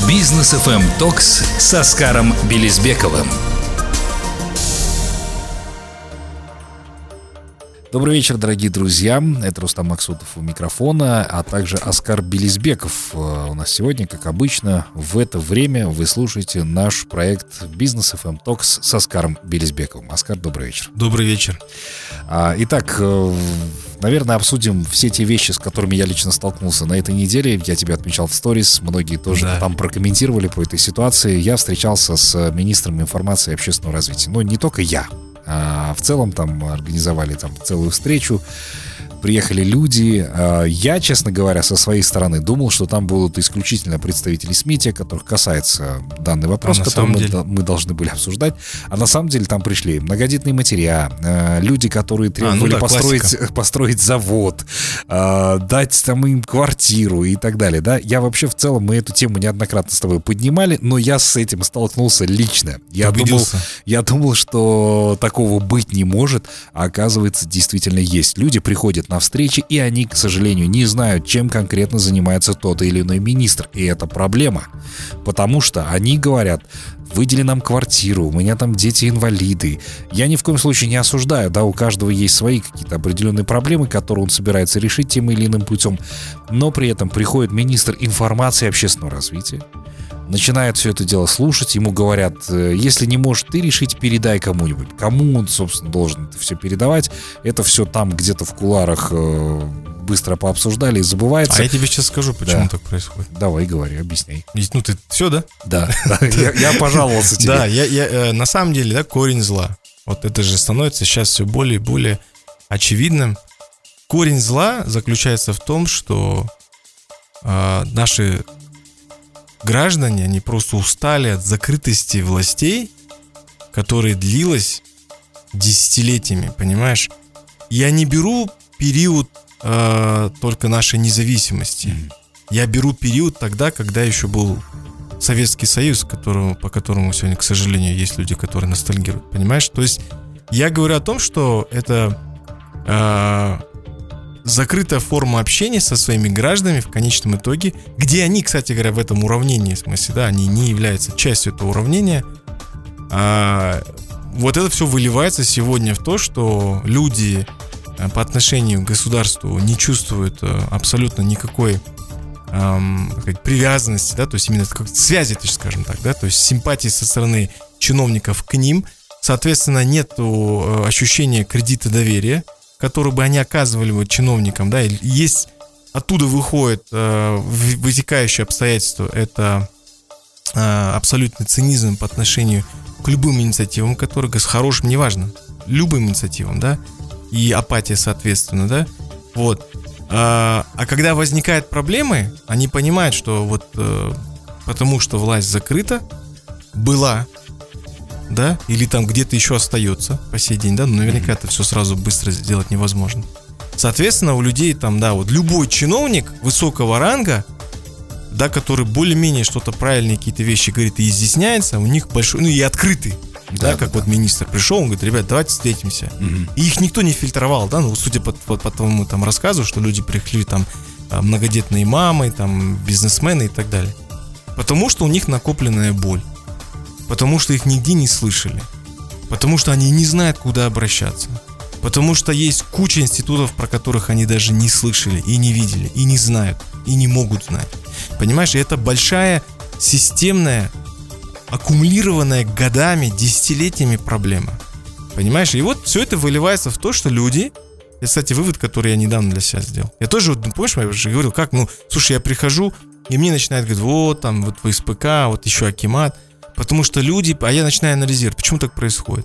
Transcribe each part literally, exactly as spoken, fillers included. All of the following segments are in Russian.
Бизнес эф эм Talks с Оскаром Белезбековым. Добрый вечер, дорогие друзья. Это Рустам Максутов у микрофона, а также Оскар Белезбеков. У нас сегодня, как обычно, в это время вы слушаете наш проект Бизнес эф эм Talks с Оскаром Белезбековым. Оскар, добрый вечер. Добрый вечер. Итак, наверное, обсудим все те вещи, с которыми я лично столкнулся на этой неделе. Я тебя отмечал в сторис, многие тоже да. там прокомментировали по этой ситуации. Я встречался с министром информации и общественного развития. Но не только я. А в целом там организовали там целую встречу, приехали люди. Я, честно говоря, со своей стороны думал, что там будут исключительно представители СМИ, те, которых касается данный вопрос, а который мы, деле... мы должны были обсуждать. А на самом деле там пришли многодетные матеря, люди, которые требовали а, ну да, построить, построить завод, дать там им квартиру и так далее. Да? Я вообще в целом, мы эту тему неоднократно с тобой поднимали, но я с этим столкнулся лично. Я думал, я думал, что такого быть не может, а оказывается, действительно есть. Люди приходят на встречи, и они, к сожалению, не знают, чем конкретно занимается тот или иной министр. И это проблема. Потому что они говорят: выдели нам квартиру, у меня там дети-инвалиды. Я ни в коем случае не осуждаю, да, у каждого есть свои какие-то определенные проблемы, которые он собирается решить тем или иным путем. Но при этом приходит министр информации и общественного развития, начинает все это дело слушать, ему говорят: если не можешь ты решить, передай кому-нибудь. Кому он, собственно, должен это все передавать? Это все там где-то в кулуарах э, быстро пообсуждали и забывается. А я тебе сейчас скажу, почему да. так происходит. Давай, говори, объясняй. Ну ты все, да? Да, я пожаловался тебе. Да, я на самом деле, да, корень зла. Вот это же становится сейчас все более и более очевидным. Корень зла заключается в том, что наши граждане, они просто устали от закрытости властей, которая длилась десятилетиями, понимаешь? Я не беру период э, только нашей независимости. Mm-hmm. Я беру период тогда, когда еще был Советский Союз, которого, по которому сегодня, к сожалению, есть люди, которые ностальгируют, понимаешь? То есть я говорю о том, что это э, закрытая форма общения со своими гражданами в конечном итоге, где они, кстати говоря, в этом уравнении, в смысле, да, они не являются частью этого уравнения. А, вот это все выливается сегодня в то, что люди по отношению к государству не чувствуют абсолютно никакой эм, привязанности, да, то есть именно как связи, скажем так, да, то есть симпатии со стороны чиновников к ним, соответственно, нету ощущения кредита доверия, которые бы они оказывали вот чиновникам, да, и есть, оттуда выходит э, вытекающее обстоятельство, это э, абсолютный цинизм по отношению к любым инициативам, которые с хорошим, неважно, любым инициативам, да, и апатия, соответственно, да, вот. А, а когда возникают проблемы, они понимают, что вот э, потому что власть закрыта, была, да, или там где-то еще остается по сей день, да, но наверняка это все сразу быстро сделать невозможно. Соответственно, у людей там, да, вот любой чиновник высокого ранга, да, который более-менее что-то правильные какие-то вещи говорит и изъясняется, у них большой, ну и открытый, да, да как да. вот министр пришел, он говорит: ребят, давайте встретимся. Угу. И их никто не фильтровал, да, ну, судя по, по, по тому там рассказу, что люди приехали там многодетные мамы, там бизнесмены и так далее. Потому что у них накопленная боль. Потому что их нигде не слышали. Потому что они не знают, куда обращаться. Потому что есть куча институтов, про которых они даже не слышали, и не видели, и не знают, и не могут знать. Понимаешь, и это большая, системная, аккумулированная годами, десятилетиями проблема. Понимаешь, и вот все это выливается в то, что люди... Это, кстати, вывод, который я недавно для себя сделал. Я тоже, ну, помнишь, я уже говорил, как, ну, слушай, я прихожу, и мне начинают говорить: вот там, вот в СПК, вот еще Акимат. Потому что люди, а я начинаю анализировать, почему так происходит.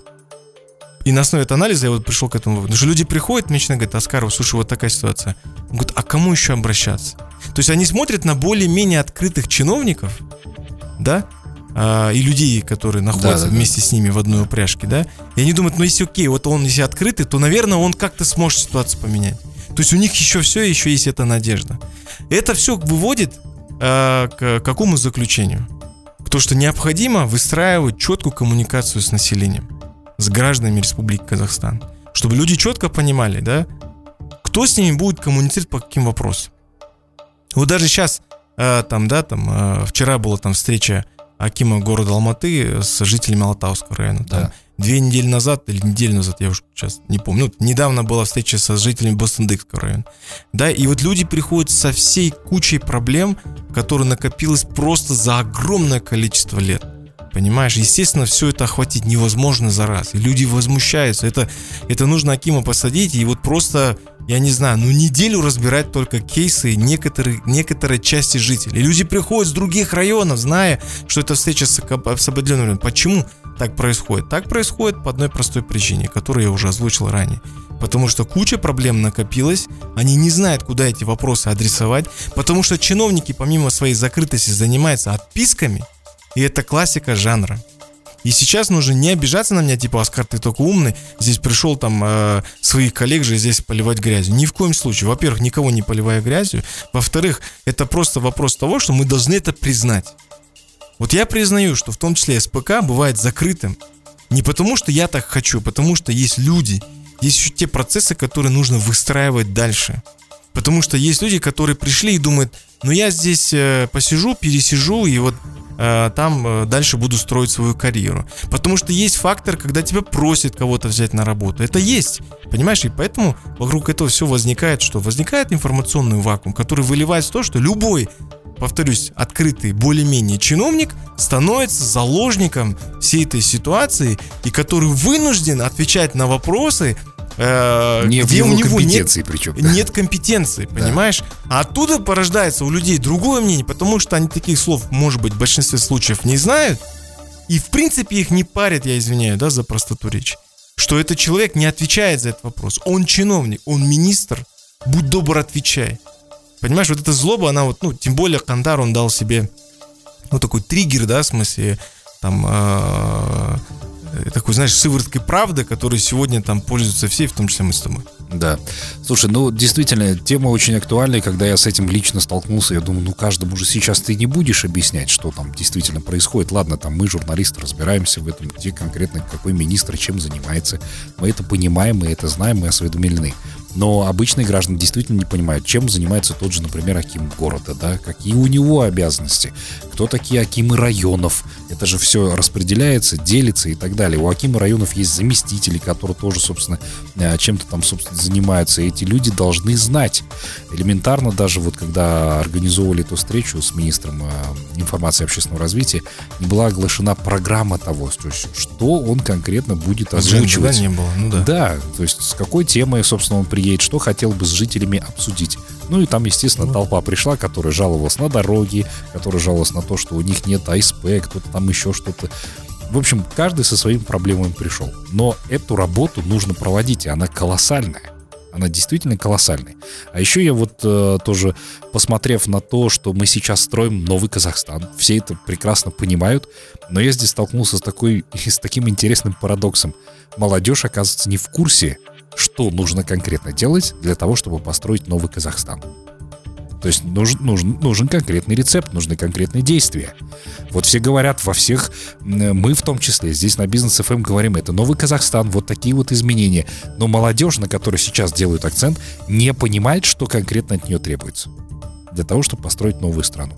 И на основе этого анализа я вот пришел к этому выводу. Потому что люди приходят, мне начинают говорить: Оскар, слушай, вот такая ситуация. Он говорит: а к кому еще обращаться? То есть они смотрят на более-менее открытых чиновников, да, а, и людей, которые находятся да, да, вместе да. с ними в одной упряжке, да. И они думают: ну если окей, вот он если открытый, то, наверное, он как-то сможет ситуацию поменять. То есть у них еще все, еще есть эта надежда. Это все выводит а, к какому заключению? То, что необходимо выстраивать четкую коммуникацию с населением, с гражданами Республики Казахстан, чтобы люди четко понимали, да, кто с ними будет коммуницировать по каким вопросам. Вот даже сейчас э, там, да, там, э, вчера была там встреча акима города Алматы с жителями Алатауского района. Там, да. Две недели назад или неделю назад, я уже сейчас не помню, ну, недавно была встреча со жителями Бостандыкского района. Да, и вот люди приходят со всей кучей проблем, которые накопилось просто за огромное количество лет. Понимаешь, естественно, все это охватить невозможно за раз. И люди возмущаются. Это, это нужно акима посадить и вот просто, я не знаю, ну неделю разбирать только кейсы некоторых, некоторой части жителей. И люди приходят с других районов, зная, что это встреча с, с определенным районом. Почему так происходит? Так происходит по одной простой причине, которую я уже озвучил ранее. Потому что куча проблем накопилась, они не знают, куда эти вопросы адресовать, потому что чиновники, помимо своей закрытости, занимаются отписками. И это классика жанра. И сейчас нужно не обижаться на меня, типа, Оскар, ты только умный, здесь пришел там э, своих коллег же здесь поливать грязью. Ни в коем случае. Во-первых, никого не поливая грязью. Во-вторых, это просто вопрос того, что мы должны это признать. Вот я признаю, что в том числе СПК бывает закрытым. Не потому, что я так хочу, потому что есть люди, есть еще те процессы, которые нужно выстраивать дальше. Потому что есть люди, которые пришли и думают, ну я здесь э, посижу, пересижу, и вот э, там э, дальше буду строить свою карьеру. Потому что есть фактор, когда тебя просят кого-то взять на работу. Это есть, понимаешь? И поэтому вокруг этого все возникает, что возникает информационный вакуум, который выливается в то, что любой, повторюсь, открытый, более-менее чиновник становится заложником всей этой ситуации, и который вынужден отвечать на вопросы, э, не где в у него компетенции, нет, причем, да. нет компетенции, понимаешь? Да. А оттуда порождается у людей другое мнение, потому что они таких слов, может быть, в большинстве случаев не знают, и в принципе их не парят, я извиняюсь, да, за простоту речи, что этот человек не отвечает за этот вопрос. Он чиновник, он министр, будь добр, отвечай. Понимаешь, вот эта злоба, она вот, ну, тем более Кандар, он дал себе, ну, такой триггер, да, в смысле, там, э, такой, знаешь, сывороткой правды, которой сегодня там пользуются все, в том числе мы с тобой. Да. Слушай, ну, действительно, тема очень актуальная. Когда я с этим лично столкнулся, я думаю, ну, каждому же сейчас ты не будешь объяснять, что там действительно происходит. Ладно, там мы, журналисты, разбираемся в этом, где конкретно какой министр чем занимается. Мы это понимаем, мы это знаем, мы осведомлены. Но обычные граждане действительно не понимают, чем занимается тот же, например, аким города, да, какие у него обязанности, кто такие акимы районов. Это же все распределяется, делится и так далее. У акима районов есть заместители, которые тоже, собственно, чем-то там, собственно, занимаются. И эти люди должны знать. Элементарно даже вот когда организовывали эту встречу с министром информации и общественного развития, не была оглашена программа того, то есть, что он конкретно будет озвучивать. Да, не было. Ну, да. да, то есть с какой темой, собственно, он приедет, что хотел бы с жителями обсудить. Ну и там, естественно, ну. толпа пришла, которая жаловалась на дороги, которая жаловалась на то, что у них нет АСП, кто-то там еще что-то. В общем, каждый со своими проблемами пришел. Но эту работу нужно проводить, и она колоссальная. Она действительно колоссальная. А еще я вот э, тоже, посмотрев на то, что мы сейчас строим новый Казахстан, все это прекрасно понимают, но я здесь столкнулся с, такой, с таким интересным парадоксом. Молодежь, оказывается, не в курсе, что нужно конкретно делать для того, чтобы построить новый Казахстан. То есть нужен, нужен, нужен конкретный рецепт, нужны конкретные действия. Вот все говорят во всех, мы в том числе, здесь на Бизнес эф эм говорим, это новый Казахстан, вот такие вот изменения. Но молодежь, на которой сейчас делают акцент, не понимает, что конкретно от нее требуется для того, чтобы построить новую страну.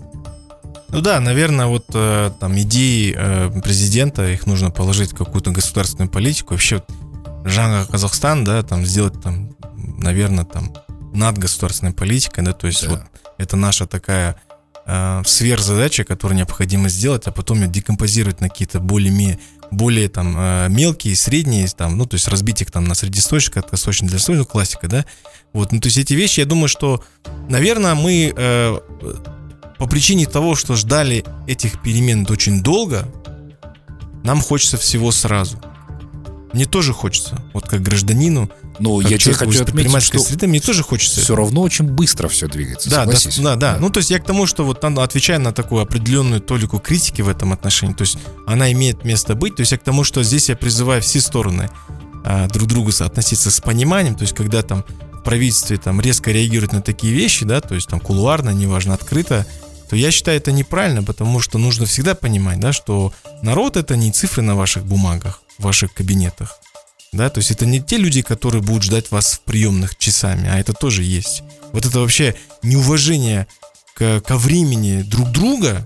Ну да, наверное, вот э, там идеи э, президента, их нужно положить в какую-то государственную политику. Вообще, Жаңа Казахстан, да, там сделать там, наверное, там над государственной политикой, да, то есть да. вот это наша такая э, сверхзадача, которую необходимо сделать, а потом ее декомпозировать на какие-то более, более там э, мелкие, средние, там, ну, то есть разбить их там на среднесрочные, краткосрочные, дальнесрочные, классика, да, вот, ну, то есть эти вещи, я думаю, что, наверное, мы э, по причине того, что ждали этих перемен очень долго, нам хочется всего сразу. Мне тоже хочется, вот как гражданину. Но я тебе хочу отметить, что среды, мне тоже хочется. Все равно очень быстро все двигается, да, да, да, да, да. Ну, то есть я к тому, что вот отвечая на такую определенную толику критики в этом отношении, то есть она имеет место быть, то есть я к тому, что здесь я призываю все стороны а, друг к другу относиться с пониманием, то есть когда там в правительстве там резко реагируют на такие вещи, да, то есть там кулуарно, неважно, открыто, то я считаю это неправильно, потому что нужно всегда понимать, да, что народ — это не цифры на ваших бумагах, в ваших кабинетах. Да, то есть это не те люди, которые будут ждать вас в приемных часами, а это тоже есть. Вот это вообще неуважение к к, ко времени друг друга,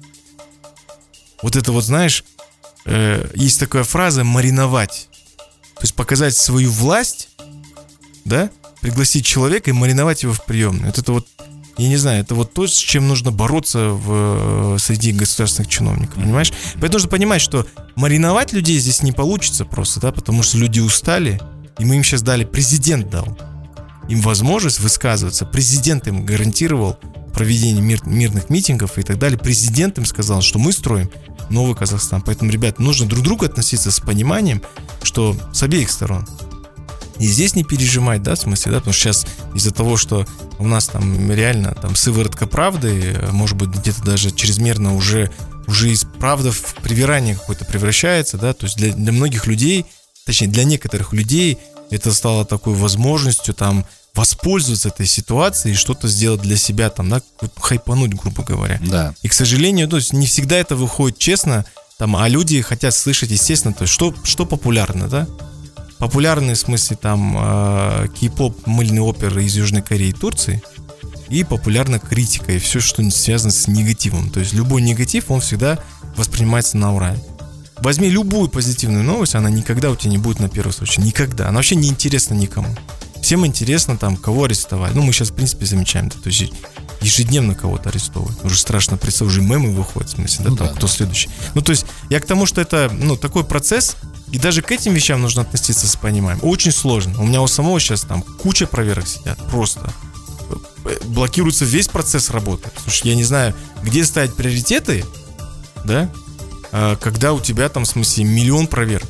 вот это вот, знаешь, э, есть такая фраза «мариновать». То есть показать свою власть, да, пригласить человека и мариновать его в приемную. Вот это вот, я не знаю, это вот то, с чем нужно бороться в, среди государственных чиновников, понимаешь? Поэтому нужно понимать, что мариновать людей здесь не получится просто, да, потому что люди устали, и мы им сейчас дали, президент дал им возможность высказываться, президент им гарантировал проведение мир, мирных митингов и так далее. Президент им сказал, что мы строим новый Казахстан. Поэтому, ребят, нужно друг к другу относиться с пониманием, что с обеих сторон. И здесь не пережимать, да, в смысле, да, потому что сейчас из-за того, что у нас там реально там сыворотка правды, может быть, где-то даже чрезмерно уже, уже из правды в привирание какое-то превращается, да, то есть для, для многих людей, точнее, для некоторых людей это стало такой возможностью там воспользоваться этой ситуацией и что-то сделать для себя, там, да, хайпануть, грубо говоря. Да. И, к сожалению, то есть не всегда это выходит честно, там, а люди хотят слышать, естественно, то есть что, что популярно, да? Популярны в смысле там э, кей-поп, мыльные оперы из Южной Кореи и Турции, и популярна критика и все, что связано с негативом. То есть любой негатив, он всегда воспринимается на ура. Возьми любую позитивную новость, она никогда у тебя не будет на первом случае. Никогда. Она вообще не интересна никому. Всем интересно там, кого арестовали. Ну, мы сейчас, в принципе, замечаем это. То есть ежедневно кого-то арестовывают. Уже страшно представить, уже мемы выходят, в смысле, да, ну, там, да, кто следующий. Ну, то есть я к тому, что это, ну, такой процесс, и даже к этим вещам нужно относиться с пониманием. Очень сложно. У меня у самого сейчас там куча проверок сидят. Просто блокируется весь процесс работы. Слушай, я не знаю, где ставить приоритеты, да, когда у тебя там, в смысле, миллион проверок.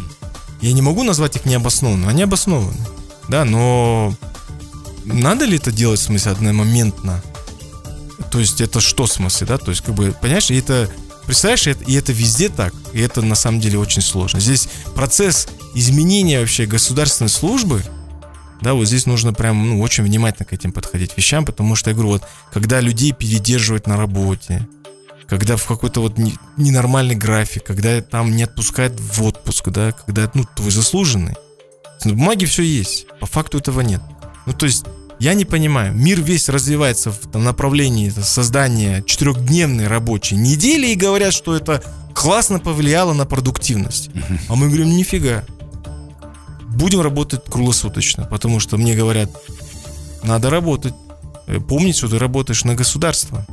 Я не могу назвать их необоснованными. Они обоснованы. Да, но надо ли это делать, в смысле, одномоментно? То есть это что, в смысле, да? То есть, как бы, понимаешь, и это, представляешь, и это, и это везде так. И это на самом деле очень сложно. Здесь процесс изменения вообще государственной службы, да, вот здесь нужно прям, ну, очень внимательно к этим подходить вещам, потому что, я говорю, вот, когда людей передерживают на работе, когда в какой-то вот ненормальный график, когда там не отпускают в отпуск, да, когда, ну, твой заслуженный. На бумаге все есть, по факту этого нет. Ну, то есть, я не понимаю, мир весь развивается в там, направлении создания четырехдневной рабочей недели и говорят, что это классно повлияло на продуктивность. А мы говорим, нифига. Будем работать круглосуточно, потому что мне говорят, надо работать. Помни, что ты работаешь на государство.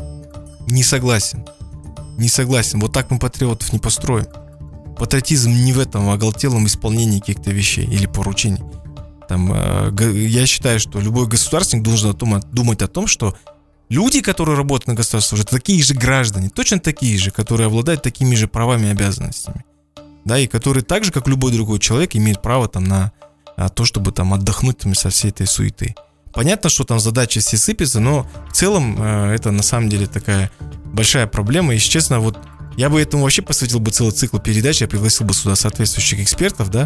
Не согласен. Не согласен. Вот так мы патриотов не построим. Патриотизм не в этом оголтелом исполнении каких-то вещей или поручений. Там, э, я считаю, что любой государственник должен думать о том, что люди, которые работают на государстве, уже такие же граждане, точно такие же, которые обладают такими же правами и обязанностями. Да, и которые так же, как любой другой человек, имеют право там, на а, то, чтобы там, отдохнуть там, со всей этой суеты. Понятно, что там задачи все сыпятся, но в целом э, это на самом деле такая большая проблема. И, если честно, вот я бы этому вообще посвятил бы целый цикл передач, я пригласил бы сюда соответствующих экспертов, да,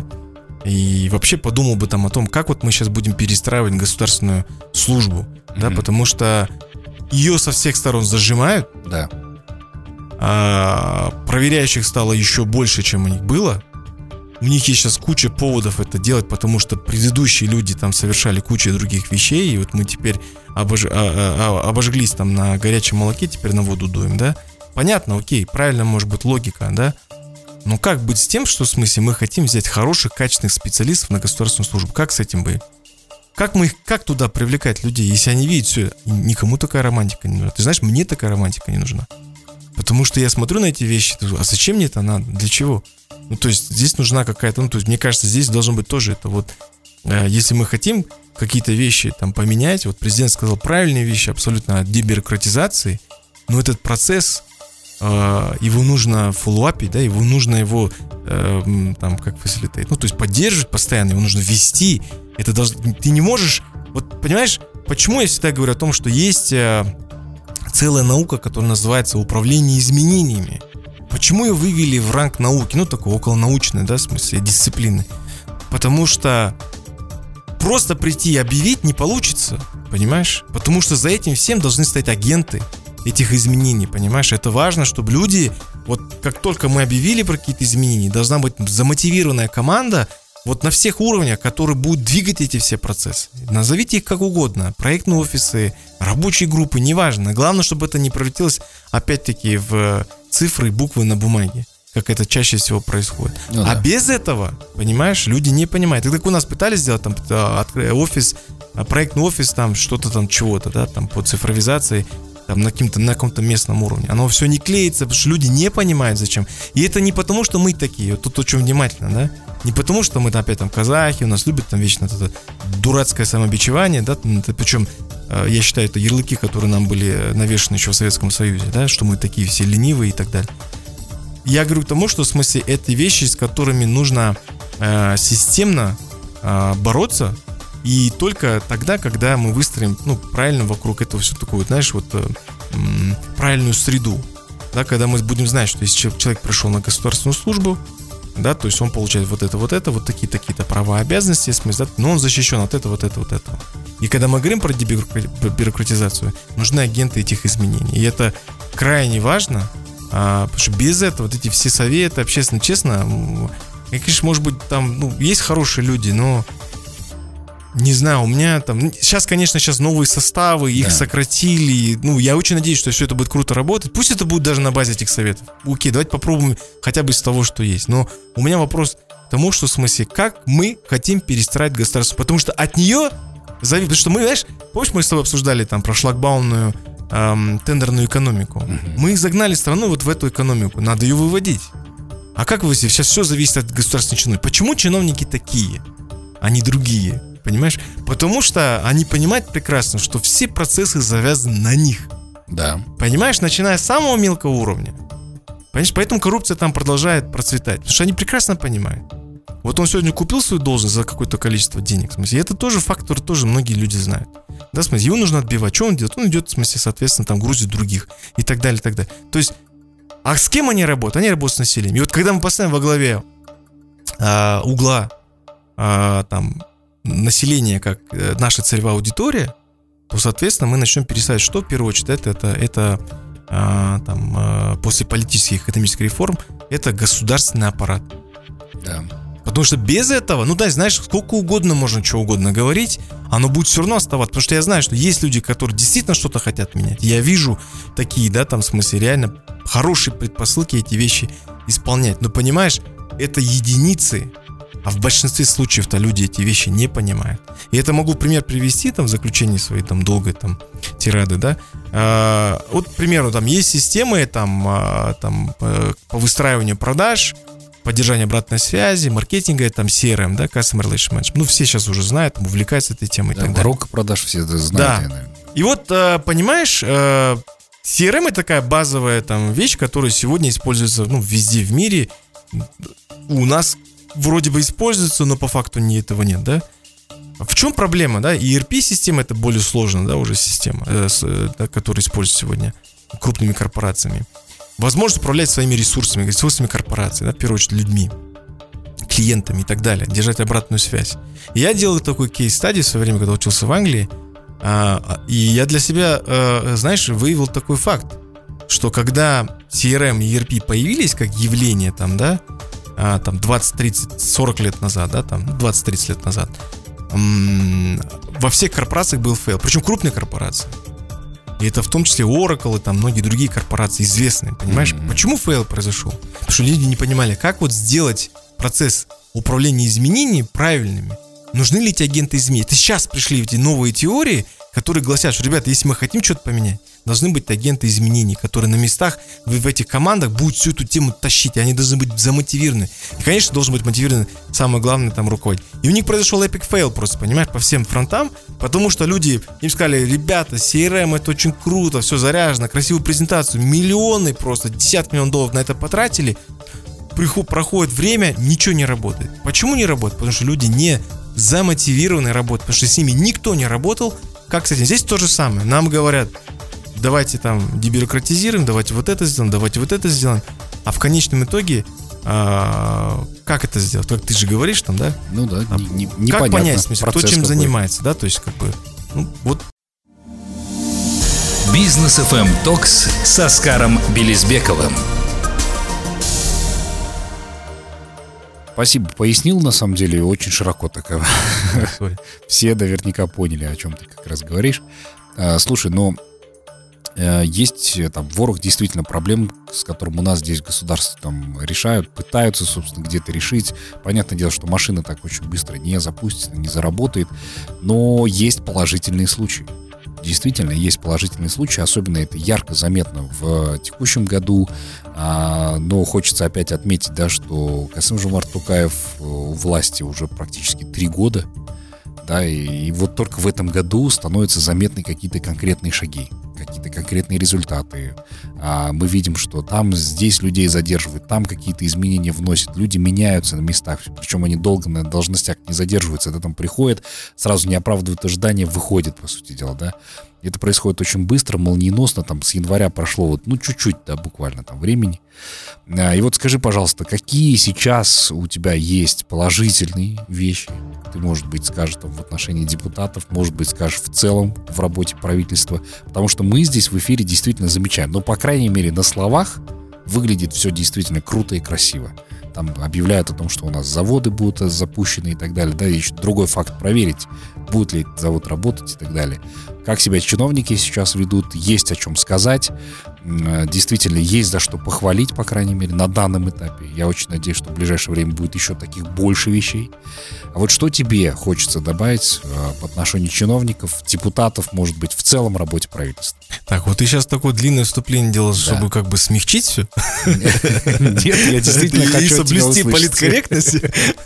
и вообще подумал бы там о том, как вот мы сейчас будем перестраивать государственную службу, mm-hmm. да, потому что ее со всех сторон зажимают, да. а проверяющих стало еще больше, чем у них было. У них есть сейчас куча поводов это делать, потому что предыдущие люди там совершали кучу других вещей, и вот мы теперь обож... а, а, а, обожглись там на горячем молоке, теперь на воду дуем, да. Понятно, окей, правильно, может быть, логика, да? Но как быть с тем, что в смысле мы хотим взять хороших, качественных специалистов на государственную службу? Как с этим быть? Как мы их, как туда привлекать людей, если они видят все? Никому такая романтика не нужна. Ты знаешь, мне такая романтика не нужна. Потому что я смотрю на эти вещи, а зачем мне это надо? Для чего? Ну, то есть здесь нужна какая-то, ну, то есть мне кажется, здесь должно быть тоже это вот, э, если мы хотим какие-то вещи там поменять, вот президент сказал правильные вещи абсолютно о дебюрократизации, но этот процесс, его нужно фоллоуапить, да, его нужно его э, там как фасилитейт, ну то есть поддерживать постоянно, его нужно вести. Это должно, ты не можешь, вот понимаешь, почему я всегда говорю о том, что есть э, целая наука, которая называется управление изменениями. Почему ее вывели в ранг науки, ну такой околонаучной, да, в смысле дисциплины? Потому что просто прийти и объявить не получится, понимаешь? Потому что за этим всем должны стоять агенты этих изменений, понимаешь? Это важно, чтобы люди, вот как только мы объявили про какие-то изменения, должна быть замотивированная команда, вот на всех уровнях, которые будут двигать эти все процессы. Назовите их как угодно. Проектные офисы, рабочие группы, неважно. Главное, чтобы это не превратилось, опять-таки, в цифры и буквы на бумаге, как это чаще всего происходит. Ну, а да. без этого, понимаешь, люди не понимают. Так как у нас пытались сделать там офис, проектный офис, там что-то там чего-то, да, там по цифровизации, там на каком-то, на каком-то местном уровне. Оно все не клеится, потому что люди не понимают, зачем. И это не потому, что мы такие, вот тут очень внимательно, да, не потому, что мы там опять там казахи, у нас любят там вечно это дурацкое самобичевание, да, причем я считаю, это ярлыки, которые нам были навешаны еще в Советском Союзе, да, что мы такие все ленивые и так далее. Я говорю к тому, что в смысле это вещи, с которыми нужно э, системно э, бороться, и только тогда, когда мы выстроим, ну, правильно вокруг этого все такое, знаешь, вот э, э, правильную среду, да, когда мы будем знать, что если человек пришел на государственную службу, да, то есть он получает вот это, вот это, вот такие такие-то права, обязанности, смысл, да, но он защищен от этого, вот этого, вот этого. И когда мы говорим про дебюрократизацию, нужны агенты этих изменений, и это крайне важно. А, потому что без этого вот эти все советы, общественно, честно, я, конечно, может быть, там, ну, есть хорошие люди, но не знаю, у меня там, сейчас, конечно, сейчас новые составы, их да. сократили, ну, я очень надеюсь, что все это будет круто работать, пусть это будет даже на базе этих советов. Окей, давайте попробуем хотя бы из того, что есть, но у меня вопрос к тому, что в смысле, как мы хотим перестраивать государство, потому что от нее зависит, потому что мы, знаешь, помнишь, мы с тобой обсуждали там про шлагбаумную Эм, тендерную экономику. Mm-hmm. Мы загнали страну вот в эту экономику. Надо ее выводить. А как вы себе? Сейчас все зависит от государственной чиновники. Почему чиновники такие, а не другие? Понимаешь? Потому что они понимают прекрасно, что все процессы завязаны на них. Да. Понимаешь? Начиная с самого мелкого уровня. Понимаешь? Поэтому коррупция там продолжает процветать. Потому что они прекрасно понимают. Вот он сегодня купил свою должность за какое-то количество денег. В смысле, и это тоже фактор, тоже многие люди знают. Да, в смысле, его нужно отбивать. Что он делает? Он идет, в смысле, соответственно, там грузит других и так далее, и так далее. То есть, а с кем они работают? Они работают с населением. И вот когда мы поставим во главе а, угла а, там, населения как а, наша целевая аудитория, то, соответственно, мы начнем пересадить, что в первую очередь это, это, это а, там, а, после политических и экономических реформ, это государственный аппарат. Да. Потому что без этого, ну да, знаешь, сколько угодно можно что угодно говорить, оно будет все равно оставаться. Потому что я знаю, что есть люди, которые действительно что-то хотят менять. Я вижу такие, да, там в смысле реально хорошие предпосылки эти вещи исполнять. Но понимаешь, это единицы, а в большинстве случаев-то люди эти вещи не понимают. И это могу пример привести там в заключении своей там долгой там тирады, да. А, вот, к примеру, там есть системы там, а, там по выстраиванию продаж, поддержание обратной связи, маркетинга, там си эр эм, да, Customer Relationship Management. Ну, все сейчас уже знают, там, увлекаются этой темой да, и так далее. Воронка продаж все это знают. Да. И вот, понимаешь, си эр эм это такая базовая там вещь, которая сегодня используется, ну, везде в мире. У нас вроде бы используется, но по факту не этого нет, да. В чем проблема, да? и эр пи-система это более сложная, да, уже система, да, которая используется сегодня крупными корпорациями. Возможность управлять своими ресурсами, ресурсами корпорации, да, в первую очередь людьми, клиентами и так далее, держать обратную связь. И я делал такой кейс-стадий в свое время, когда учился в Англии, а, и я для себя, а, знаешь, выявил такой факт, что когда си эр эм и и эр пи появились как явление там, да, а, там двадцать, тридцать, сорок лет назад, да, там двадцать-тридцать лет назад, м- во всех корпорациях был фейл, причем крупные корпорации. И это в том числе Oracle и там многие другие корпорации известные, понимаешь? Mm-hmm. Почему фейл произошел? Потому что люди не понимали, как вот сделать процесс управления изменениями правильными. Нужны ли эти агенты изменений? Это сейчас пришли эти новые теории, которые гласят, что, ребята, если мы хотим что-то поменять, должны быть агенты изменений, которые на местах в, в этих командах будут всю эту тему тащить, и они должны быть замотивированы. И, конечно, должен быть мотивирован самое главное там руководитель. И у них произошел эпик фейл просто, понимаешь, по всем фронтам, потому что люди им сказали, ребята, си эр эм это очень круто, все заряжено, красивую презентацию, миллионы просто, десятки миллионов долларов на это потратили, Приход, проходит время, ничего не работает. Почему не работает? Потому что люди не замотивированы работать, потому что с ними никто не работал. Как с этим? Здесь то же самое. Нам говорят, давайте там дебюрократизируем, давайте вот это сделаем, давайте вот это сделаем. А в конечном итоге, а, как это сделать? Как ты же говоришь там, да? Ну да, а, не, не, как непонятно. понять, в смысле, кто чем какой. занимается, да? То есть как бы, ну вот. Бизнес эф эм Talks с Оскаром Белизбековым. Спасибо, пояснил, на самом деле, очень широко так. Все наверняка поняли, о чем ты как раз говоришь. Слушай, ну, есть там ворох действительно проблем, с которым у нас здесь государство там решают, пытаются, собственно, где-то решить. Понятное дело, что машина так очень быстро не запустится, не заработает, но есть положительные случаи. Действительно, есть положительные случаи, особенно это ярко заметно в текущем году, а, но хочется опять отметить, да, что Касым-Жомарт Токаев у власти уже практически три года, да, и, и вот только в этом году становятся заметны какие-то конкретные шаги, какие-то конкретные результаты. А мы видим, что там, здесь людей задерживают, там какие-то изменения вносят, люди меняются на местах, причем они долго на должностях не задерживаются, это там приходят, сразу не оправдывают ожидания, выходят, по сути дела, да. Это происходит очень быстро, молниеносно, там с января прошло вот, ну, чуть-чуть, да, буквально там времени. И вот скажи, пожалуйста, какие сейчас у тебя есть положительные вещи? Ты, может быть, скажешь там в отношении депутатов, может быть, скажешь в целом в работе правительства, потому что мы здесь в эфире действительно замечаем, но, по крайней мере, на словах выглядит все действительно круто и красиво. Там объявляют о том, что у нас заводы будут запущены и так далее, да, и еще другой факт проверить, будет ли этот завод работать и так далее. Как себя чиновники сейчас ведут, есть о чем сказать, действительно есть за что похвалить, по крайней мере, на данном этапе. Я очень надеюсь, что в ближайшее время будет еще таких больше вещей. А вот что тебе хочется добавить по отношению чиновников, депутатов, может быть, в целом работе правительства? Так, вот ты сейчас такое длинное вступление делал, чтобы как бы смягчить все? Нет, я действительно хочу соблюсти политкорректность.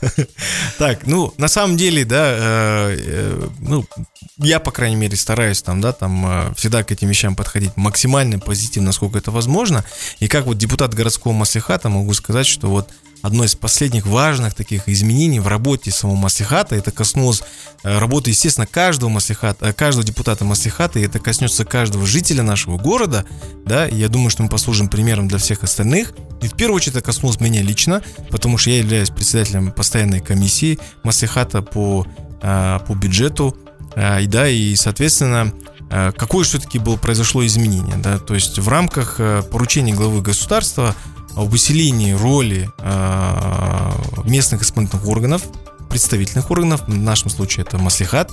Так, ну, на самом деле, да, ну, я, по крайней мере, стараюсь там, да, там всегда к этим вещам подходить максимально позитивно, насколько это возможно. И как вот депутат городского маслихата могу сказать, что вот одно из последних важных таких изменений в работе самого маслихата, это коснулось работы, естественно, каждого маслихата, каждого депутата маслихата, и это коснется каждого жителя нашего города, да, и я думаю, что мы послужим примером для всех остальных. И в первую очередь это коснулось меня лично, потому что я являюсь председателем постоянной комиссии маслихата по, по бюджету, и да, и, соответственно, какое все-таки было, произошло изменение, да, то есть в рамках поручения главы государства об усилении роли э, местных исполнительных органов, представительных органов, в нашем случае это маслихат,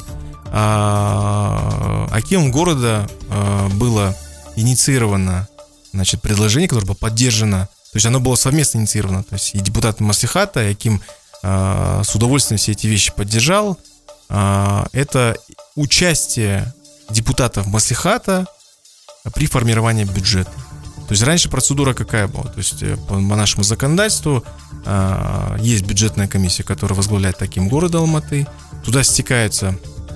э, акимом города э, было инициировано, значит, предложение, которое было поддержано, то есть оно было совместно инициировано, то есть и депутат маслихата, и аким э, с удовольствием все эти вещи поддержал. Э, это участие депутатов маслихата при формировании бюджета. То есть раньше процедура какая была? То есть по нашему законодательству э, есть бюджетная комиссия, которая возглавляет аким города Алматы. Туда стекаются,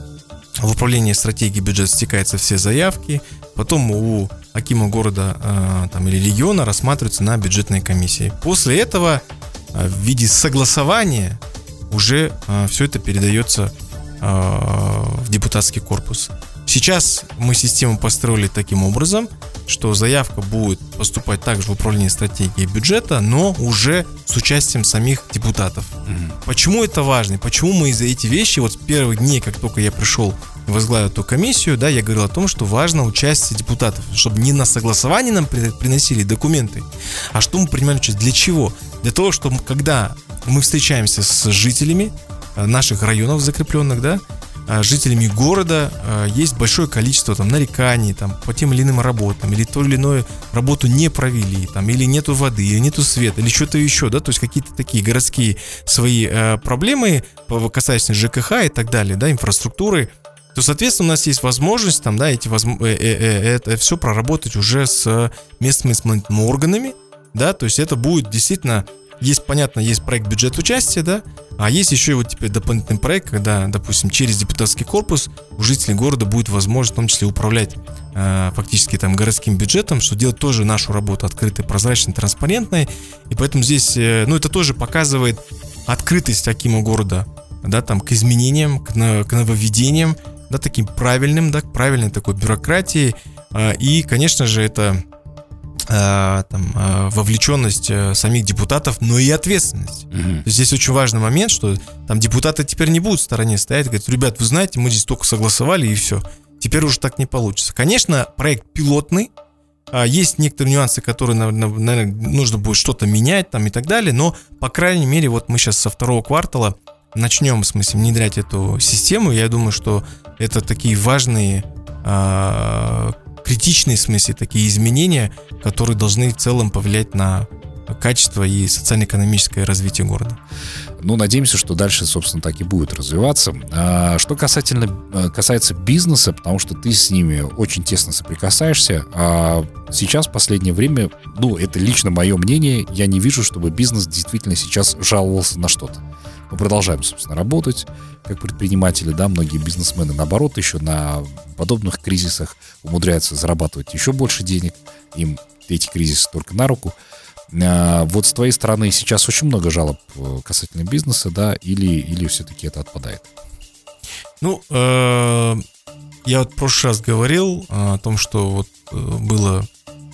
в управлении стратегии бюджета стекаются все заявки. Потом у акима города э, там, или региона рассматриваются на бюджетной комиссии. После этого э, в виде согласования уже э, все это передается э, в депутатский корпус. Сейчас мы систему построили таким образом, что заявка будет поступать также в управление стратегией бюджета, но уже с участием самих депутатов. Mm-hmm. Почему это важно? Почему мы из-за этих вещей, вот с первых дней, как только я пришел и возглавил эту комиссию, да, я говорил о том, что важно участие депутатов, чтобы не на согласование нам приносили документы, а что мы принимали участие. Для чего? Для того, чтобы когда мы встречаемся с жителями наших районов закрепленных, да, жителями города, есть большое количество там нареканий там, по тем или иным работам, или то или иную работу не провели, там, или нету воды, или нету света, или что-то еще, да, то есть какие-то такие городские свои э, проблемы, касательно ЖКХ и так далее, да, инфраструктуры, то, соответственно, у нас есть возможность там, да, эти возм... э, э, э, это все проработать уже с местными исполнительными органами, да, то есть это будет действительно. Есть, понятно, есть проект бюджет участия, да, а есть еще и вот теперь дополнительный проект, когда, допустим, через депутатский корпус у жителей города будет возможность в том числе управлять э, фактически там городским бюджетом, что делать тоже нашу работу открытой, прозрачной, транспарентной. И поэтому здесь, э, ну, это тоже показывает открытость акима города, да, там, к изменениям, к, на, к нововведениям, да, таким правильным, да, к правильной такой бюрократии. Э, и, конечно же, это там, вовлеченность самих депутатов, но и ответственность. Mm-hmm. Здесь очень важный момент, что там депутаты теперь не будут в стороне стоять, говорят: ребят, вы знаете, мы здесь только согласовали и все. Теперь уже так не получится. Конечно, проект пилотный, есть некоторые нюансы, которые, наверное, нужно будет что-то менять там и так далее, но, по крайней мере, вот мы сейчас со второго квартала начнем, в смысле, внедрять эту систему. Я думаю, что это такие важные, критичные, в смысле, такие изменения, которые должны в целом повлиять на качество и социально-экономическое развитие города. Ну, надеемся, что дальше, собственно, так и будет развиваться. А что касательно, касается бизнеса, потому что ты с ними очень тесно соприкасаешься, а сейчас, в последнее время, ну, это лично мое мнение, я не вижу, чтобы бизнес действительно сейчас жаловался на что-то. Мы продолжаем, собственно, работать как предприниматели, да, многие бизнесмены, наоборот, еще на подобных кризисах умудряются зарабатывать еще больше денег, им эти кризисы только на руку. Вот с твоей стороны сейчас очень много жалоб касательно бизнеса, да, или, или все-таки это отпадает? Ну, э, я вот в прошлый раз говорил о том, что вот была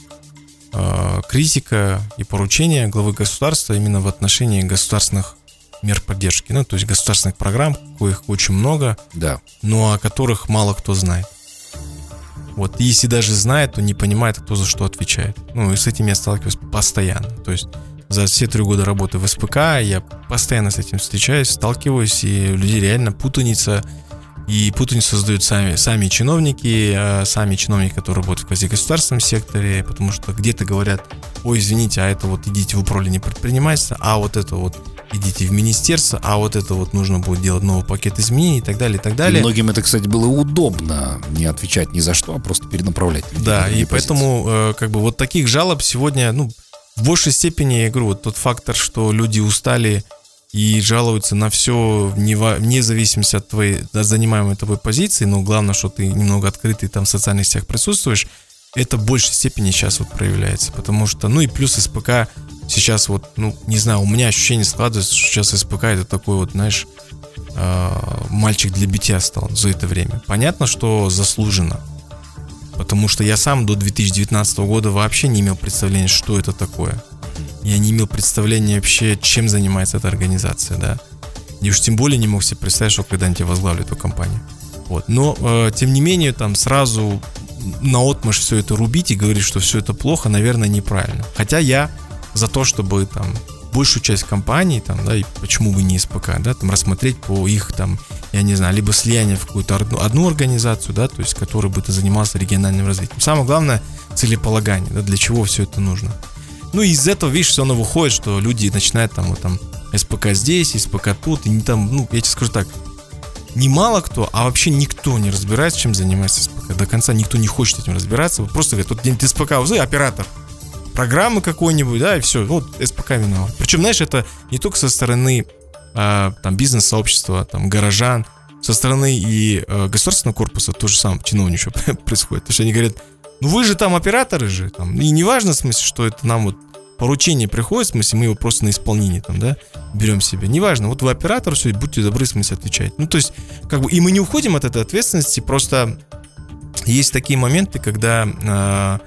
э, критика и поручение главы государства именно в отношении государственных мер поддержки, ну, то есть государственных программ, коих очень много, да, но о которых мало кто знает. Вот, если даже знает, то не понимает, кто за что отвечает. Ну, и с этим я сталкиваюсь постоянно. То есть за все три года работы в эс пэ ка я постоянно с этим встречаюсь, сталкиваюсь, и у людей реально путаница. И путаницу создают сами, сами чиновники, сами чиновники, которые работают в квазигосударственном секторе, потому что где-то говорят: ой, извините, а это вот идите в управление предпринимательства, а вот это вот идите в министерство, а вот это вот нужно будет делать новый пакет изменений и так далее, и так далее. И многим это, кстати, было удобно не отвечать ни за что, а просто перенаправлять. Да, и поэтому как бы вот таких жалоб сегодня, ну, в большей степени, я говорю, вот тот фактор, что люди устали и жалуются на все вне зависимости от твоей от занимаемой тобой позиции, но главное, что ты немного открытый там в социальных сетях присутствуешь, это в большей степени сейчас вот проявляется, потому что, ну и плюс эс пэ ка сейчас вот, ну, не знаю, у меня ощущение складывается, что сейчас эс пэ ка это такой вот, знаешь, мальчик для битья стал за это время. Понятно, что заслуженно, потому что я сам до две тысячи девятнадцатого года вообще не имел представления, что это такое. Я не имел представления вообще, чем занимается эта организация, да. И уж тем более не мог себе представить, что когда-нибудь я возглавлю эту компанию. Вот. Но, э, тем не менее, там сразу наотмашь все это рубить и говорить, что все это плохо, наверное, неправильно. Хотя я за то, чтобы там большую часть компаний, там, да, и почему бы не эс пэ ка, да, там рассмотреть по их, там, я не знаю, либо слияние в какую-то одну, одну организацию, да, то есть, которая бы занималась региональным развитием. Самое главное — целеполагание, да, для чего все это нужно. Ну, и из этого, видишь, все равно выходит, что люди начинают там, вот там, эс пэ ка здесь, эс пэ ка тут, и не там, ну, я тебе скажу так, не мало кто, а вообще никто не разбирается, чем занимается эс пэ ка. До конца никто не хочет этим разбираться. Вот просто говорят, вот где-нибудь эс пэ ка, узы, оператор программы какой-нибудь, да, и все, вот эс пэ ка виноват. Причем, знаешь, это не только со стороны а, там бизнес-сообщества, там, горожан, со стороны и а, государственного корпуса то же самое чиновничье происходит. Потому что они говорят: ну вы же там операторы же, там, и не важно, в смысле, что это нам вот поручение приходит, в смысле, мы его просто на исполнение там, да, берем себе. Неважно, вот вы оператор, все, будьте добры, в смысле, отвечать. Ну, то есть, как бы, и мы не уходим от этой ответственности, просто есть такие моменты, когда а,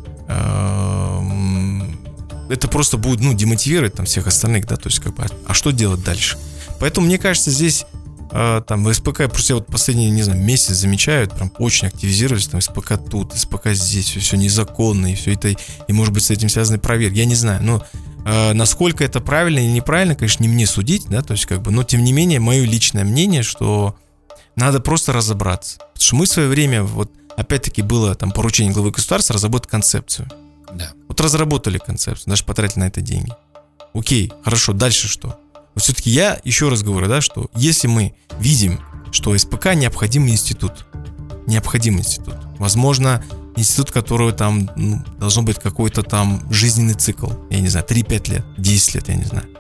а, это просто будет, ну, демотивировать там всех остальных, да, то есть, как бы, а что делать дальше? Поэтому, мне кажется, здесь там в эс пэ ка, просто я вот последний, не знаю, месяц замечаю, прям очень активизировались, там эс пэ ка тут, эс пэ ка здесь, все, все незаконно, и все это, и может быть с этим связаны проверки, я не знаю, но э, насколько это правильно или неправильно, конечно, не мне судить, да, то есть как бы, но тем не менее, мое личное мнение, что надо просто разобраться, потому что мы в свое время, вот опять-таки было там поручение главы государства разработать концепцию, да. Вот разработали концепцию, даже потратили на это деньги, окей, хорошо, дальше что? Но все-таки я еще раз говорю, да, что если мы видим, что эс пэ ка необходимый институт, необходимый институт, возможно, институт, которого там, ну, должно быть какой-то там жизненный цикл, я не знаю, три-пять лет, десять лет, я не знаю,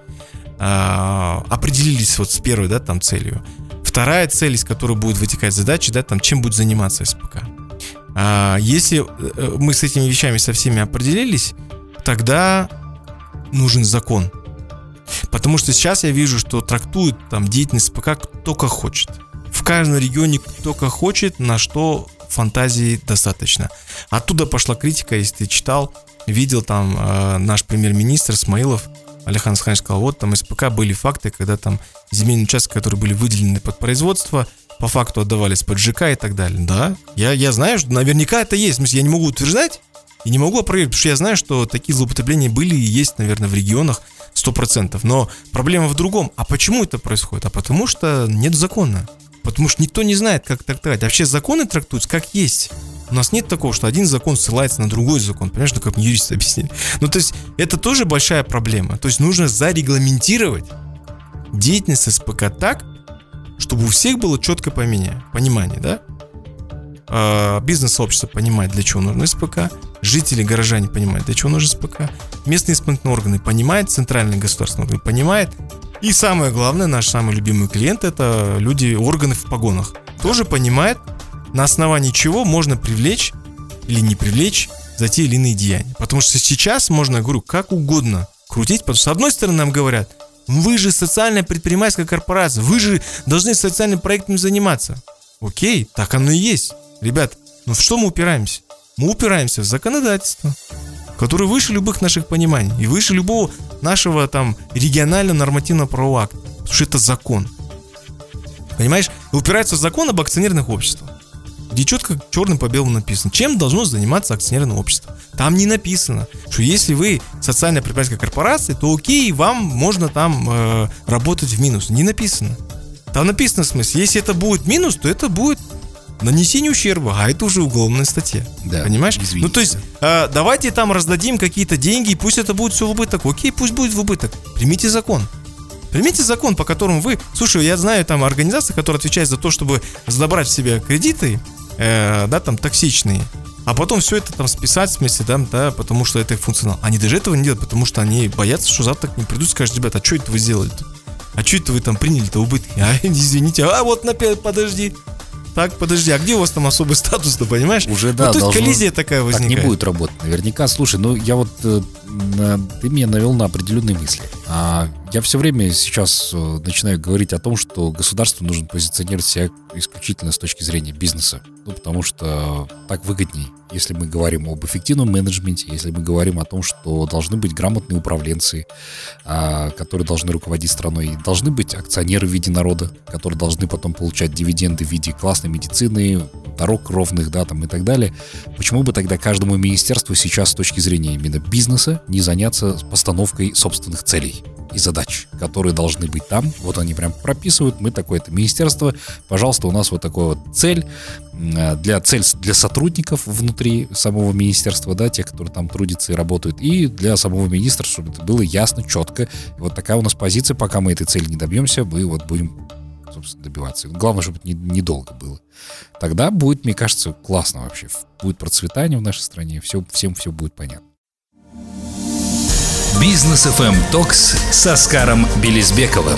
а, определились вот с первой, да, там целью. Вторая цель, из которой будет вытекать задача, да, там, чем будет заниматься эс пэ ка. А, если мы с этими вещами со всеми определились, тогда нужен закон. Потому что сейчас я вижу, что трактуют там деятельность эс пэ ка кто как хочет. В каждом регионе кто как хочет, на что фантазии достаточно. Оттуда пошла критика, если ты читал, видел там э, наш премьер-министр Смаилов Алихан Асханович сказал: вот там эс пэ ка были факты, когда там земельные участки, которые были выделены под производство, по факту отдавались под ЖК и так далее. Да, я, я знаю, что наверняка это есть. В смысле, я не могу утверждать, И не могу опровергнуть, потому что я знаю, что такие злоупотребления были и есть, наверное, в регионах сто процентов. Но проблема в другом. А почему это происходит? А потому что нет закона. Потому что никто не знает, как трактовать. Вообще законы трактуются как есть. У нас нет такого, что один закон ссылается на другой закон. Понимаешь, ну как мне юристы объяснили. Ну то есть это тоже большая проблема. То есть нужно зарегламентировать деятельность СПК так, чтобы у всех было четкое понимание, да? А, бизнес-сообщество понимает, для чего нужно СПК. Жители, горожане понимают, для чего нужно СПК. Местные исполнительные органы понимают, центральные государственные органы понимают. И самое главное, наш самый любимый клиент — это люди, органы в погонах. Тоже понимают, на основании чего можно привлечь или не привлечь за те или иные деяния. Потому что сейчас можно, я говорю, как угодно крутить. Потому что с одной стороны нам говорят: вы же социальная предпринимательская корпорация, вы же должны социальным проектом заниматься. Окей, так оно и есть. Ребят, ну в что мы упираемся? Мы упираемся в законодательство, которое выше любых наших пониманий и выше любого нашего там регионального нормативного правового акта. Потому что это закон. Понимаешь? Упирается в закон об акционерных обществах, где четко черным по белому написано, чем должно заниматься акционерное общество. Там не написано, что если вы социальная предпринимательская корпорация, то окей, вам можно там э, работать в минус. Не написано. Там написано в смысле, если это будет минус, то это будет нанесение ущерба, а это уже уголовная статья. Да, понимаешь? Извините. Ну то есть э, давайте там раздадим какие-то деньги, и пусть это будет все в убыток. Окей, пусть будет в убыток. Примите закон. Примите закон, по которому вы... Слушай, я знаю там организации, которые отвечают за то, чтобы забрать в себя кредиты, э, да, там токсичные, а потом все это там списать, в смысле, да, да, потому что это их функционал. Они даже этого не делают, потому что они боятся, что завтра к ним придут и скажут: ребята, а что это вы сделали-то? А что это вы там приняли-то убытки? А, извините, а вот, подожди. Так, подожди, а где у вас там особый статус-то, понимаешь? Уже, да, ну, то есть должно... коллизия такая возникает. Так не будет работать наверняка. Слушай, ну я вот... Э, ты меня навел на определенные мысли. А я все время сейчас э, начинаю говорить о том, что государству нужно позиционировать себя исключительно с точки зрения бизнеса. Ну, потому что так выгодней. Если мы говорим об эффективном менеджменте, если мы говорим о том, что должны быть грамотные управленцы, а, которые должны руководить страной, и должны быть акционеры в виде народа, которые должны потом получать дивиденды в виде классной медицины, дорог ровных, да, там и так далее. Почему бы тогда каждому министерству сейчас с точки зрения именно бизнеса не заняться постановкой собственных целей и задач, которые должны быть там? Вот они прям прописывают: мы такое-то министерство, пожалуйста, у нас вот такая вот цель, для, цель для сотрудников внутри самого министерства, да, тех, которые там трудятся и работают, и для самого министра, чтобы это было ясно, четко. И вот такая у нас позиция: пока мы этой цели не добьемся, мы вот будем, собственно, добиваться. Главное, чтобы это недолго было. Тогда будет, мне кажется, классно вообще. Будет процветание в нашей стране, все, всем все будет понятно. Бизнес эф эм Токс с Оскаром Белизбековым.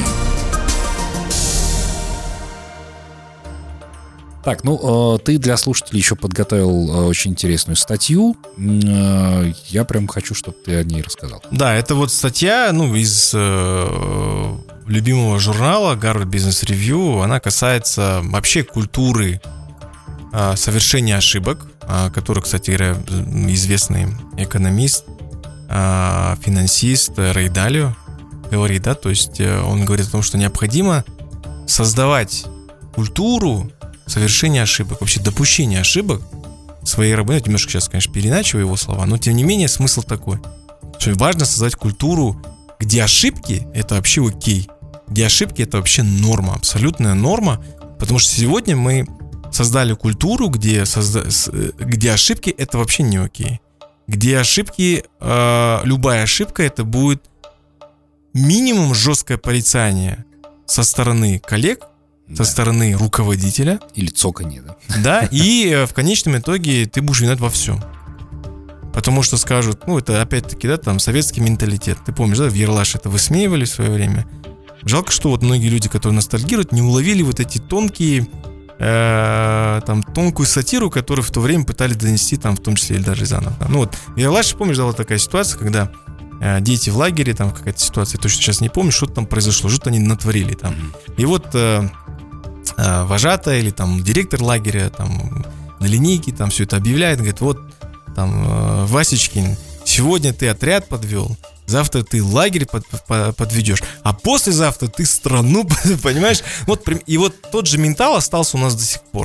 Так, ну, ты для слушателей еще подготовил очень интересную статью. Я прям хочу, чтобы ты о ней рассказал. Да, это вот статья, ну, из э, любимого журнала Harvard Business Review. Она касается вообще культуры э, совершения ошибок, э, который, кстати говоря, известный экономист, э, финансист Рэй Далио говорит, да, то есть э, он говорит о том, что необходимо создавать культуру совершение ошибок, вообще допущение ошибок в своей работе. Я немножко сейчас, конечно, переначиваю его слова, но тем не менее смысл такой, что важно создать культуру, где ошибки — это вообще окей, где ошибки — это вообще норма, абсолютная норма, потому что сегодня мы создали культуру, где, созда... где ошибки — это вообще не окей, где ошибки, э, любая ошибка — это будет минимум жесткое порицание со стороны коллег, со да. стороны руководителя. Или цоканье, да? Да, и э, в конечном итоге ты будешь виноват во всем. Потому что скажут, ну, это опять-таки, да, там, советский менталитет. Ты помнишь, да, в Ералаш это высмеивали в свое время. Жалко, что вот многие люди, которые ностальгируют, не уловили вот эти тонкие, э, там, тонкую сатиру, которую в то время пытались донести, там, в том числе Эльдар Рязанов. Да. Ну, вот, в Ералаше, помнишь, была такая ситуация, когда э, дети в лагере, там, какая-то ситуация, точно сейчас не помню, что-то там произошло, что-то они натворили там. И вот... Э, вожатая или там директор лагеря там на линейке там все это объявляет, говорит: вот там Васечкин, сегодня ты отряд подвел, завтра ты лагерь под, под, подведешь, а послезавтра ты страну, понимаешь? Вот, и вот тот же ментал остался у нас до сих пор.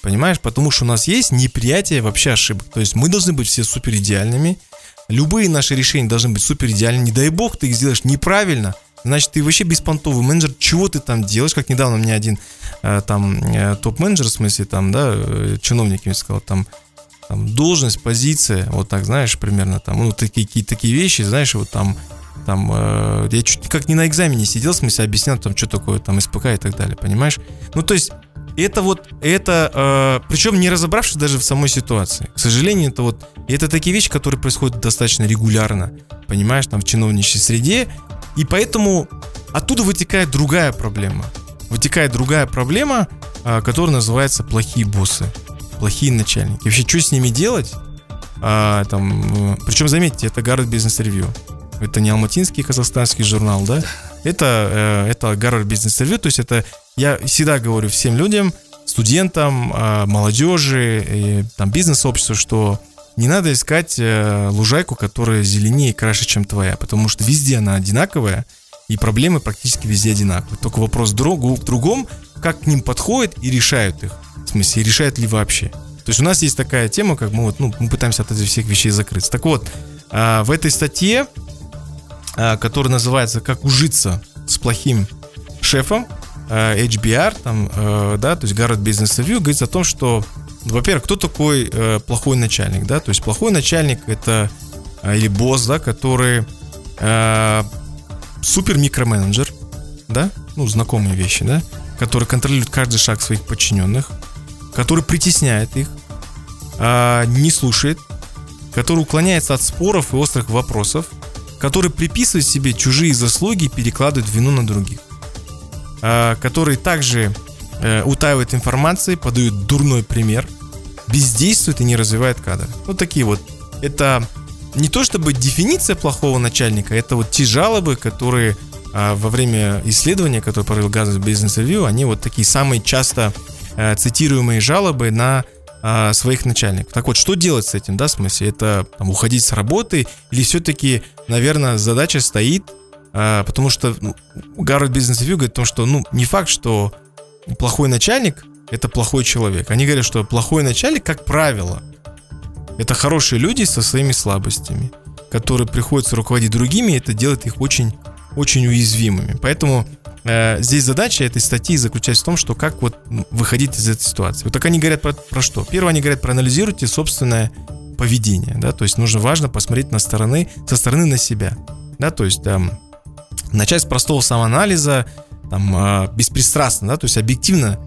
понимаешь? Потому что у нас есть неприятие вообще ошибок. То есть мы должны быть все супер идеальными. Любые наши решения должны быть супер идеальными. Не дай бог, ты их сделаешь неправильно. Значит, ты вообще беспонтовый менеджер. Чего ты там делаешь? Как недавно мне один э, там э, топ-менеджер, в смысле, там, да, э, чиновник мне сказал, там, там, должность, позиция, вот так, знаешь, примерно там, ну, такие, такие, такие вещи, знаешь, вот там, там, э, я чуть как не на экзамене сидел, в смысле, объяснял, там, что такое, там, СПК и так далее, понимаешь? Ну, то есть, это вот, это, э, причем не разобравшись даже в самой ситуации. К сожалению, это вот, это такие вещи, которые происходят достаточно регулярно, понимаешь, там, в чиновничьей среде. И поэтому оттуда вытекает другая проблема. Вытекает другая проблема, которая называется плохие боссы, плохие начальники. И вообще, что с ними делать? А, там, причем, заметьте, это Harvard Business Review. Это не алматинский казахстанский журнал, да? Это, это Harvard Business Review. То есть это, я всегда говорю всем людям, студентам, молодежи, там, бизнес-сообществу, что не надо искать э, лужайку, которая зеленее и краше, чем твоя, потому что везде она одинаковая, и проблемы практически везде одинаковые. Только вопрос другу, в другом, как к ним подходят и решают их. В смысле, решают ли вообще. То есть у нас есть такая тема, как мы, вот, ну, мы пытаемся от этих всех вещей закрыться. Так вот, э, в этой статье, э, которая называется «Как ужиться с плохим шефом», э, эйч би ар, там, э, да, то есть Harvard Business Review, говорится о том, что во-первых, кто такой э, плохой начальник, да? То есть плохой начальник это э, или босс, да, который э, супер микроменеджер, да, ну знакомые вещи, да, который контролирует каждый шаг своих подчиненных, который притесняет их, э, не слушает, который уклоняется от споров и острых вопросов, который приписывает себе чужие заслуги и перекладывает вину на других, э, который также э, утаивает информацию, подает дурной пример, бездействует и не развивает кадры. Вот такие вот. Это не то чтобы дефиниция плохого начальника, это вот те жалобы, которые а, во время исследования, которое провел Harvard Business Review, они вот такие самые часто а, цитируемые жалобы на а, своих начальников. Так вот, что делать с этим, да, в смысле? Это там, уходить с работы или все-таки, наверное, задача стоит, а, потому что ну, Harvard Business Review говорит о том, что ну, не факт, что плохой начальник это плохой человек. Они говорят, что плохой начальник, как правило, это хорошие люди со своими слабостями, которые приходится руководить другими, и это делает их очень, очень уязвимыми. Поэтому э, здесь задача этой статьи заключается в том, что как вот выходить из этой ситуации. Вот так они говорят про, про что? Первое, они говорят, проанализируйте собственное поведение, да, то есть нужно важно посмотреть на стороны, со стороны на себя, да, то есть там, начать с простого самоанализа, там, э, беспристрастно, да, то есть объективно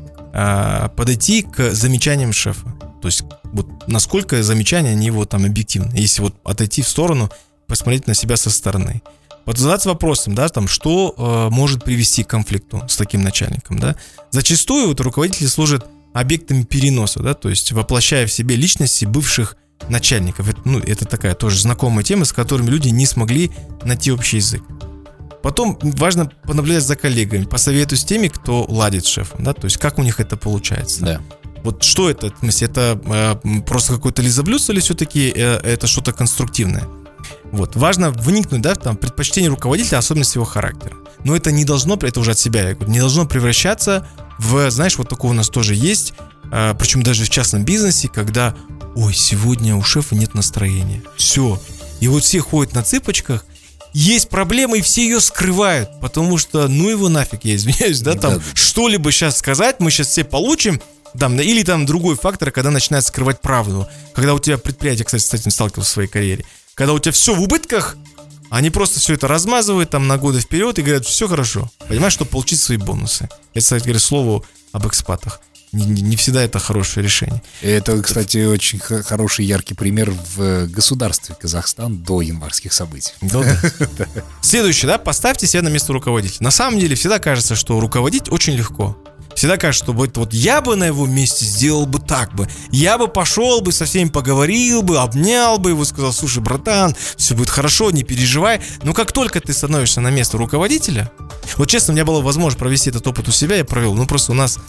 подойти к замечаниям шефа. То есть вот насколько замечания, они его там объективны. Если вот отойти в сторону, посмотреть на себя со стороны. Вот задаться вопросом, да, там, что э, может привести к конфликту с таким начальником, да. Зачастую вот руководители служат объектами переноса, да, то есть воплощая в себе личности бывших начальников. Это, ну, это такая тоже знакомая тема, с которыми люди не смогли найти общий язык. Потом важно понаблюдать за коллегами, посоветовать с теми, кто ладит с шефом, да, то есть как у них это получается. Да. Вот что это? В смысле, это э, просто какое-то лизоблюдство или все-таки э, это что-то конструктивное? Вот. Важно вникнуть, да, в там, предпочтение руководителя, особенности его характера. Но это не должно, это уже от себя, я говорю, не должно превращаться в, знаешь, вот такого у нас тоже есть, э, причем даже в частном бизнесе, когда, ой, сегодня у шефа нет настроения. Все. И вот все ходят на цыпочках, есть проблема, и все ее скрывают, потому что, ну его нафиг, я извиняюсь, да, там, да. Что-либо сейчас сказать, мы сейчас все получим, там, или там другой фактор, когда начинают скрывать правду, когда у тебя предприятие, кстати, с этим сталкивался в своей карьере, когда у тебя все в убытках, они просто все это размазывают там на годы вперед и говорят, все хорошо, понимаешь, чтобы получить свои бонусы. Это, кстати говоря, слово об экспатах. Не, не, не всегда это хорошее решение. Это, кстати, очень х- хороший, яркий пример в государстве Казахстан до январских событий. Да, да. Следующее, да, поставьте себя на место руководителя. На самом деле всегда кажется, что руководить очень легко. Всегда кажется, что вот, вот я бы на его месте сделал бы так бы. Я бы пошел бы, со всеми поговорил бы, обнял бы его, сказал, слушай, братан, все будет хорошо, не переживай. Но как только ты становишься на место руководителя, вот честно, у меня была возможность провести этот опыт у себя, я провел. Ну просто у нас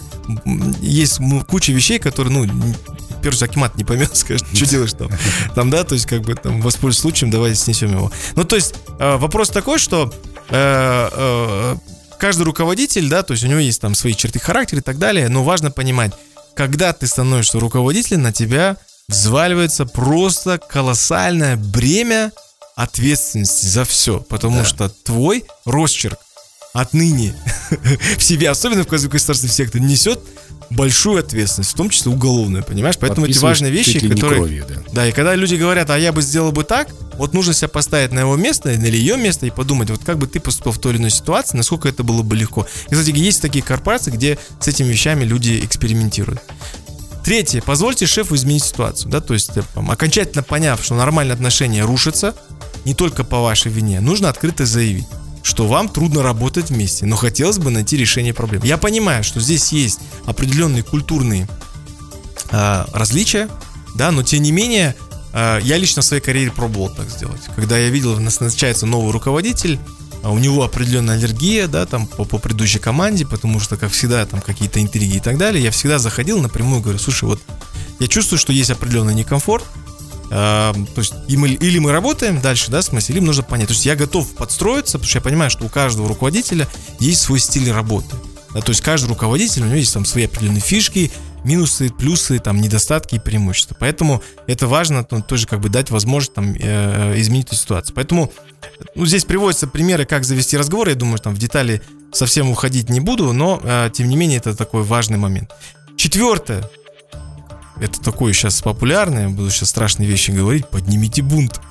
есть куча вещей, которые, ну, первый акимат не поймет, скажет, что делаешь там. Там, да, то есть как бы там воспользуясь случаем, давай снесем его. Ну то есть вопрос такой, что каждый руководитель, да, то есть у него есть там свои черты характера и так далее, но важно понимать, когда ты становишься руководителем, на тебя взваливается просто колоссальное бремя ответственности за все, потому да. что твой росчерк отныне в себе, особенно в государственном секторе, несет большую ответственность, в том числе уголовную, понимаешь? Поэтому эти важные вещи, которые... Кровью, да. да, и когда люди говорят, а я бы сделал бы так, вот нужно себя поставить на его место или ее место и подумать, вот как бы ты поступил в той или иной ситуации, насколько это было бы легко. И, кстати, есть такие корпорации, где с этими вещами люди экспериментируют. Третье. Позвольте шефу изменить ситуацию, да, то есть там, окончательно поняв, что нормальные отношения рушатся, не только по вашей вине, нужно открыто заявить, что вам трудно работать вместе, но хотелось бы найти решение проблем. Я понимаю, что здесь есть определенные культурные э, различия, да, но тем не менее, э, я лично в своей карьере пробовал так сделать. Когда я видел, назначается новый руководитель, у него определенная аллергия, да, там по, по предыдущей команде, потому что, как всегда, там какие-то интриги и так далее, я всегда заходил напрямую и говорю, слушай, вот я чувствую, что есть определенный некомфорт, Uh, то есть и мы, или мы работаем дальше, да, в смысле, или им нужно понять. То есть я готов подстроиться, потому что я понимаю, что у каждого руководителя есть свой стиль работы. Да, то есть каждый руководитель, у него есть там свои определенные фишки, минусы, плюсы, там, недостатки и преимущества. Поэтому это важно, ну, тоже как бы дать возможность там, э, изменить эту ситуацию. Поэтому ну, здесь приводятся примеры, как завести разговор. Я думаю, там в детали совсем уходить не буду, но э, тем не менее это такой важный момент. Четвертое. Это такое сейчас популярное, я буду сейчас страшные вещи говорить, поднимите бунт.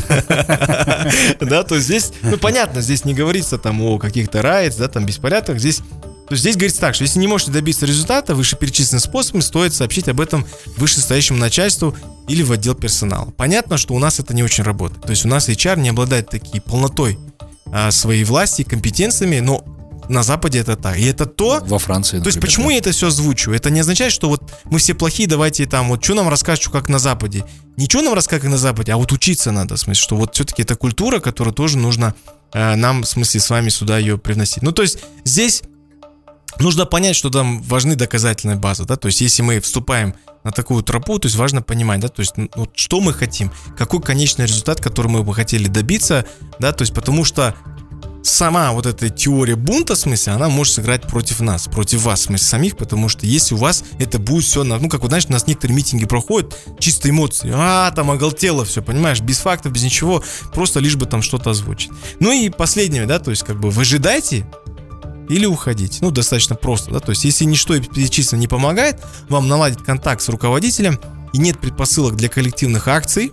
Да, то есть здесь, ну понятно, здесь не говорится там о каких-то райтс, да, там беспорядках, здесь, то есть здесь говорится так, что если не можете добиться результата вышеперечисленным способом, стоит сообщить об этом вышестоящему начальству или в отдел персонала. Понятно, что у нас это не очень работает, то есть у нас эйч ар не обладает такой полнотой а, своей власти и компетенциями, но на Западе это так. И это то... Во Франции, например. То есть почему да. я это все озвучиваю? Это не означает, что вот мы все плохие, давайте там, вот что нам рассказывать, что как на Западе. Ничего нам рассказывать, как на Западе, а вот учиться надо, в смысле, что вот все-таки это культура, которую тоже нужно э, нам, в смысле, с вами сюда ее привносить. Ну, то есть здесь нужно понять, что там важны доказательные базы, да, то есть если мы вступаем на такую тропу, то есть важно понимать, да, то есть ну, что мы хотим, какой конечный результат, который мы бы хотели добиться, да, то есть потому что сама вот эта теория бунта, в смысле, она может сыграть против нас, против вас, в смысле, самих, потому что если у вас это будет все, ну, как вот, знаешь, у нас некоторые митинги проходят, чисто эмоции, а, там оголтело все, понимаешь, без фактов, без ничего, просто лишь бы там что-то озвучить. Ну и последнее, да, то есть, как бы, выжидайте или уходите, ну, достаточно просто, да, то есть, если ничто из перечисленного не помогает, вам наладить контакт с руководителем и нет предпосылок для коллективных акций,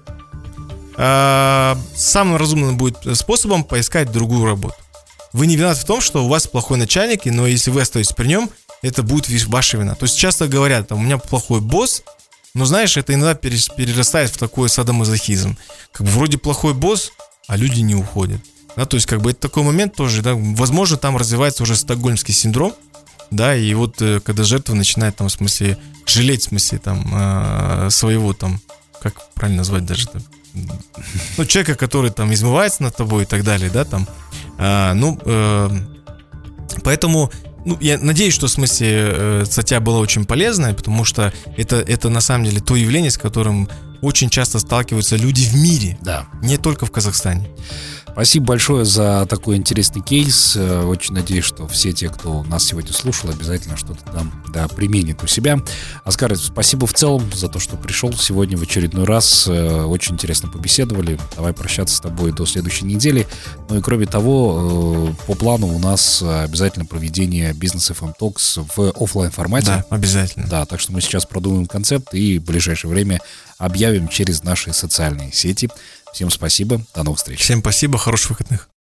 самым разумным будет способом поискать другую работу. Вы не виноваты в том, что у вас плохой начальник, но если вы остаетесь при нем, это будет ваша вина. То есть часто говорят, там, у меня плохой босс, но знаешь, это иногда перерастает в такой садомазохизм. Как бы вроде плохой босс, а люди не уходят. Да, то есть как бы это такой момент тоже, да, возможно, там развивается уже стокгольмский синдром, да, и вот когда жертва начинает там, в смысле, жалеть, в смысле, там, своего там, как правильно назвать даже, там, ну, человека, который там измывается над тобой и так далее, да, там, а, ну, э, поэтому, ну, я надеюсь, что, в смысле, э, статья была очень полезная, потому что это, это на самом деле то явление, с которым очень часто сталкиваются люди в мире, да, не только в Казахстане. Спасибо большое за такой интересный кейс. Очень надеюсь, что все те, кто нас сегодня слушал, обязательно что-то там, да, применит у себя. Оскар, спасибо в целом за то, что пришел сегодня в очередной раз. Очень интересно побеседовали. Давай прощаться с тобой до следующей недели. Ну и кроме того, по плану у нас обязательно проведение Business эф эм Talks в офлайн формате. Да, обязательно. Да, так что мы сейчас продумаем концепт и в ближайшее время объявим через наши социальные сети. Всем спасибо, до новых встреч. Всем спасибо, хороших выходных.